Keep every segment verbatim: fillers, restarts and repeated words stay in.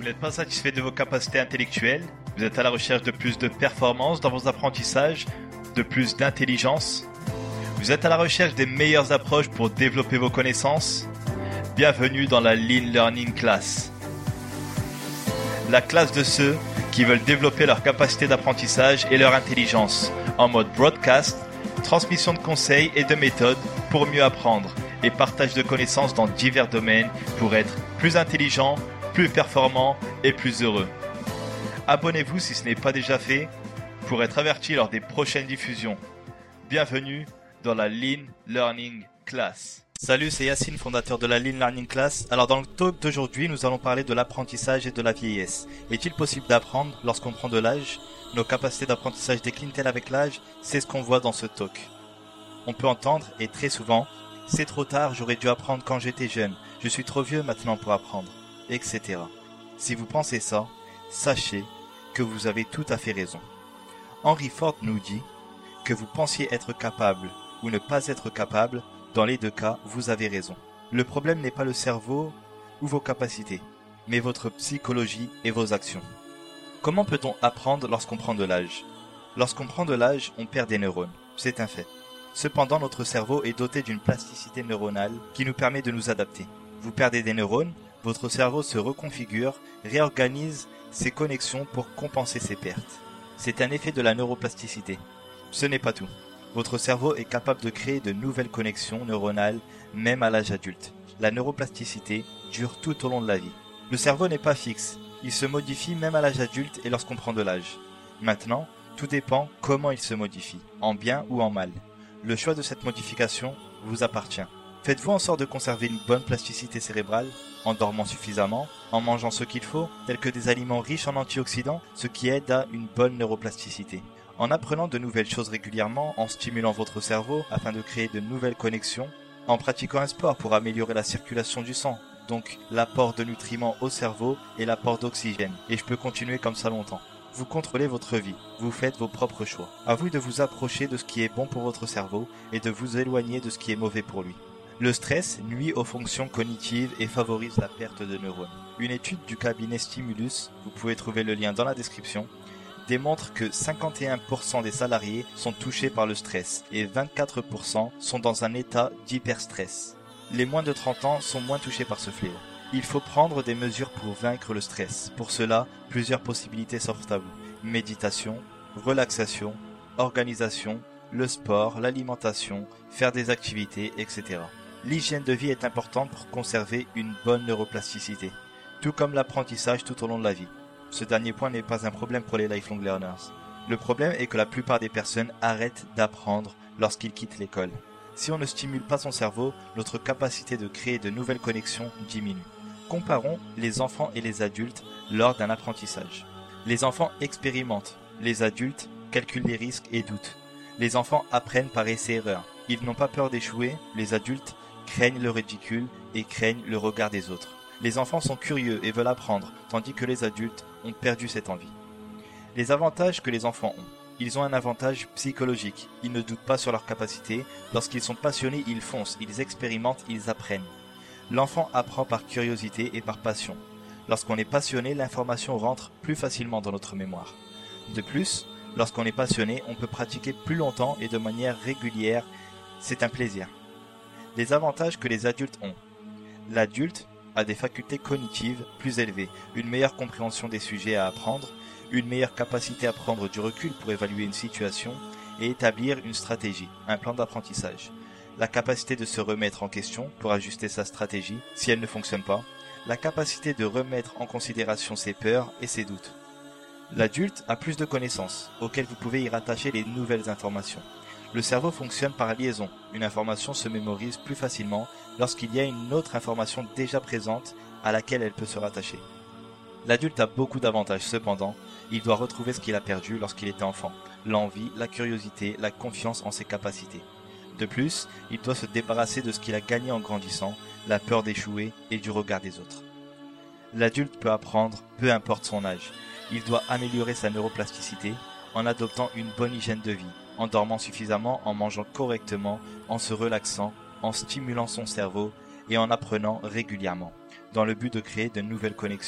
n'êtes pas satisfait de vos capacités intellectuelles, vous êtes à la recherche de plus de performance dans vos apprentissages, de plus d'intelligence, vous êtes à la recherche des meilleures approches pour développer vos connaissances. Bienvenue dans la Lean Learning Class. La classe de ceux qui veulent développer leur capacité d'apprentissage et leur intelligence en mode broadcast, transmission de conseils et de méthodes pour mieux apprendre et partage de connaissances dans divers domaines pour être plus intelligent, plus performant et plus heureux. Abonnez-vous si ce n'est pas déjà fait pour être averti lors des prochaines diffusions. Bienvenue dans la Lean Learning Class. Salut, c'est Yacine, fondateur de la Lean Learning Class. Alors dans le talk d'aujourd'hui, nous allons parler de l'apprentissage et de la vieillesse. Est-il possible d'apprendre lorsqu'on prend de l'âge ? Nos capacités d'apprentissage déclinent-elles avec l'âge ? C'est ce qu'on voit dans ce talk. On peut entendre, et très souvent, « c'est trop tard, j'aurais dû apprendre quand j'étais jeune, je suis trop vieux maintenant pour apprendre », et cetera. Si vous pensez ça, sachez que vous avez tout à fait raison. Henry Ford nous dit que vous pensiez être capable ou ne pas être capable, dans les deux cas, vous avez raison. Le problème n'est pas le cerveau ou vos capacités, mais votre psychologie et vos actions. Comment peut-on apprendre lorsqu'on prend de l'âge ? Lorsqu'on prend de l'âge, on perd des neurones, c'est un fait. Cependant, notre cerveau est doté d'une plasticité neuronale qui nous permet de nous adapter. Vous perdez des neurones, votre cerveau se reconfigure, réorganise ses connexions pour compenser ces pertes. C'est un effet de la neuroplasticité. Ce n'est pas tout. Votre cerveau est capable de créer de nouvelles connexions neuronales, même à l'âge adulte. La neuroplasticité dure tout au long de la vie. Le cerveau n'est pas fixe, il se modifie même à l'âge adulte et lorsqu'on prend de l'âge. Maintenant, tout dépend comment il se modifie, en bien ou en mal. Le choix de cette modification vous appartient. Faites-vous en sorte de conserver une bonne plasticité cérébrale, en dormant suffisamment, en mangeant ce qu'il faut, tels que des aliments riches en antioxydants, ce qui aide à une bonne neuroplasticité. En apprenant de nouvelles choses régulièrement, en stimulant votre cerveau afin de créer de nouvelles connexions, en pratiquant un sport pour améliorer la circulation du sang, donc l'apport de nutriments au cerveau et l'apport d'oxygène. Et je peux continuer comme ça longtemps. Vous contrôlez votre vie, vous faites vos propres choix. À vous de vous approcher de ce qui est bon pour votre cerveau et de vous éloigner de ce qui est mauvais pour lui. Le stress nuit aux fonctions cognitives et favorise la perte de neurones. Une étude du cabinet Stimulus, vous pouvez trouver le lien dans la description, démontre que cinquante et un pour cent des salariés sont touchés par le stress et vingt-quatre pour cent sont dans un état d'hyperstress. Les moins de trente ans sont moins touchés par ce fléau. Il faut prendre des mesures pour vaincre le stress. Pour cela, plusieurs possibilités s'offrent à vous. Méditation, relaxation, organisation, le sport, l'alimentation, faire des activités, et cetera. L'hygiène de vie est importante pour conserver une bonne neuroplasticité, tout comme l'apprentissage tout au long de la vie. Ce dernier point n'est pas un problème pour les lifelong learners. Le problème est que la plupart des personnes arrêtent d'apprendre lorsqu'ils quittent l'école. Si on ne stimule pas son cerveau, notre capacité de créer de nouvelles connexions diminue. Comparons les enfants et les adultes lors d'un apprentissage. Les enfants expérimentent, les adultes calculent les risques et doutent. Les enfants apprennent par essai-erreur. Ils n'ont pas peur d'échouer, les adultes craignent le ridicule et craignent le regard des autres. Les enfants sont curieux et veulent apprendre, tandis que les adultes ont perdu cette envie. Les avantages que les enfants ont. Ils ont un avantage psychologique. Ils ne doutent pas sur leurs capacités. Lorsqu'ils sont passionnés, ils foncent, ils expérimentent, ils apprennent. L'enfant apprend par curiosité et par passion. Lorsqu'on est passionné, l'information rentre plus facilement dans notre mémoire. De plus, lorsqu'on est passionné, on peut pratiquer plus longtemps et de manière régulière. C'est un plaisir. Les avantages que les adultes ont. L'adulte a des facultés cognitives plus élevées, une meilleure compréhension des sujets à apprendre, une meilleure capacité à prendre du recul pour évaluer une situation et établir une stratégie, un plan d'apprentissage, la capacité de se remettre en question pour ajuster sa stratégie si elle ne fonctionne pas, la capacité de remettre en considération ses peurs et ses doutes. L'adulte a plus de connaissances, auxquelles vous pouvez y rattacher les nouvelles informations. Le cerveau fonctionne par liaison. Une information se mémorise plus facilement lorsqu'il y a une autre information déjà présente à laquelle elle peut se rattacher. L'adulte a beaucoup d'avantages, cependant, il doit retrouver ce qu'il a perdu lorsqu'il était enfant, l'envie, la curiosité, la confiance en ses capacités. De plus, il doit se débarrasser de ce qu'il a gagné en grandissant, la peur d'échouer et du regard des autres. L'adulte peut apprendre, peu importe son âge. Il doit améliorer sa neuroplasticité en adoptant une bonne hygiène de vie, en dormant suffisamment, en mangeant correctement, en se relaxant, en stimulant son cerveau et en apprenant régulièrement, dans le but de créer de nouvelles connexions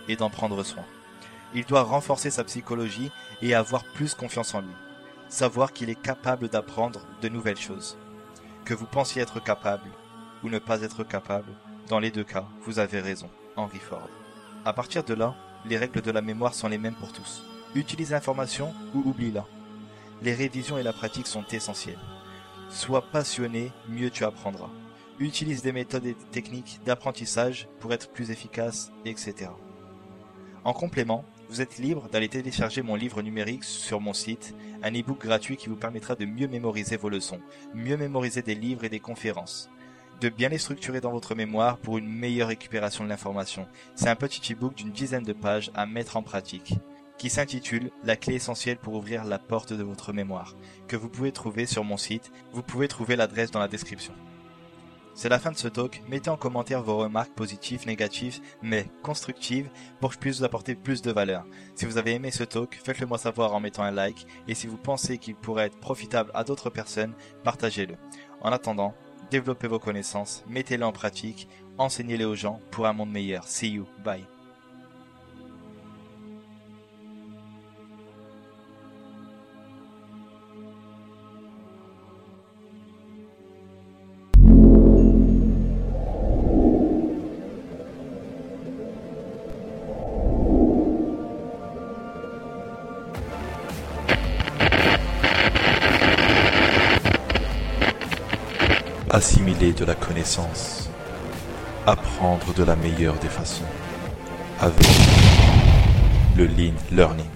et d'en prendre soin. Il doit renforcer sa psychologie et avoir plus confiance en lui. Savoir qu'il est capable d'apprendre de nouvelles choses. Que vous pensiez être capable ou ne pas être capable, dans les deux cas, vous avez raison. Henry Ford. À partir de là, les règles de la mémoire sont les mêmes pour tous. Utilise l'information ou oublie-la. Les révisions et la pratique sont essentielles. Sois passionné, mieux tu apprendras. Utilise des méthodes et des techniques d'apprentissage pour être plus efficace, et cetera. En complément, vous êtes libre d'aller télécharger mon livre numérique sur mon site, un e-book gratuit qui vous permettra de mieux mémoriser vos leçons, mieux mémoriser des livres et des conférences, de bien les structurer dans votre mémoire pour une meilleure récupération de l'information. C'est un petit e-book d'une dizaine de pages à mettre en pratique, qui s'intitule « La clé essentielle pour ouvrir la porte de votre mémoire », que vous pouvez trouver sur mon site. Vous pouvez trouver l'adresse dans la description. C'est la fin de ce talk. Mettez en commentaire vos remarques positives, négatives, mais constructives pour que je puisse vous apporter plus de valeur. Si vous avez aimé ce talk, faites-le moi savoir en mettant un like. Et si vous pensez qu'il pourrait être profitable à d'autres personnes, partagez-le. En attendant, développez vos connaissances, mettez-les en pratique, enseignez-les aux gens pour un monde meilleur. See you. Bye. Assimiler de la connaissance, apprendre de la meilleure des façons, avec le Lean Learning.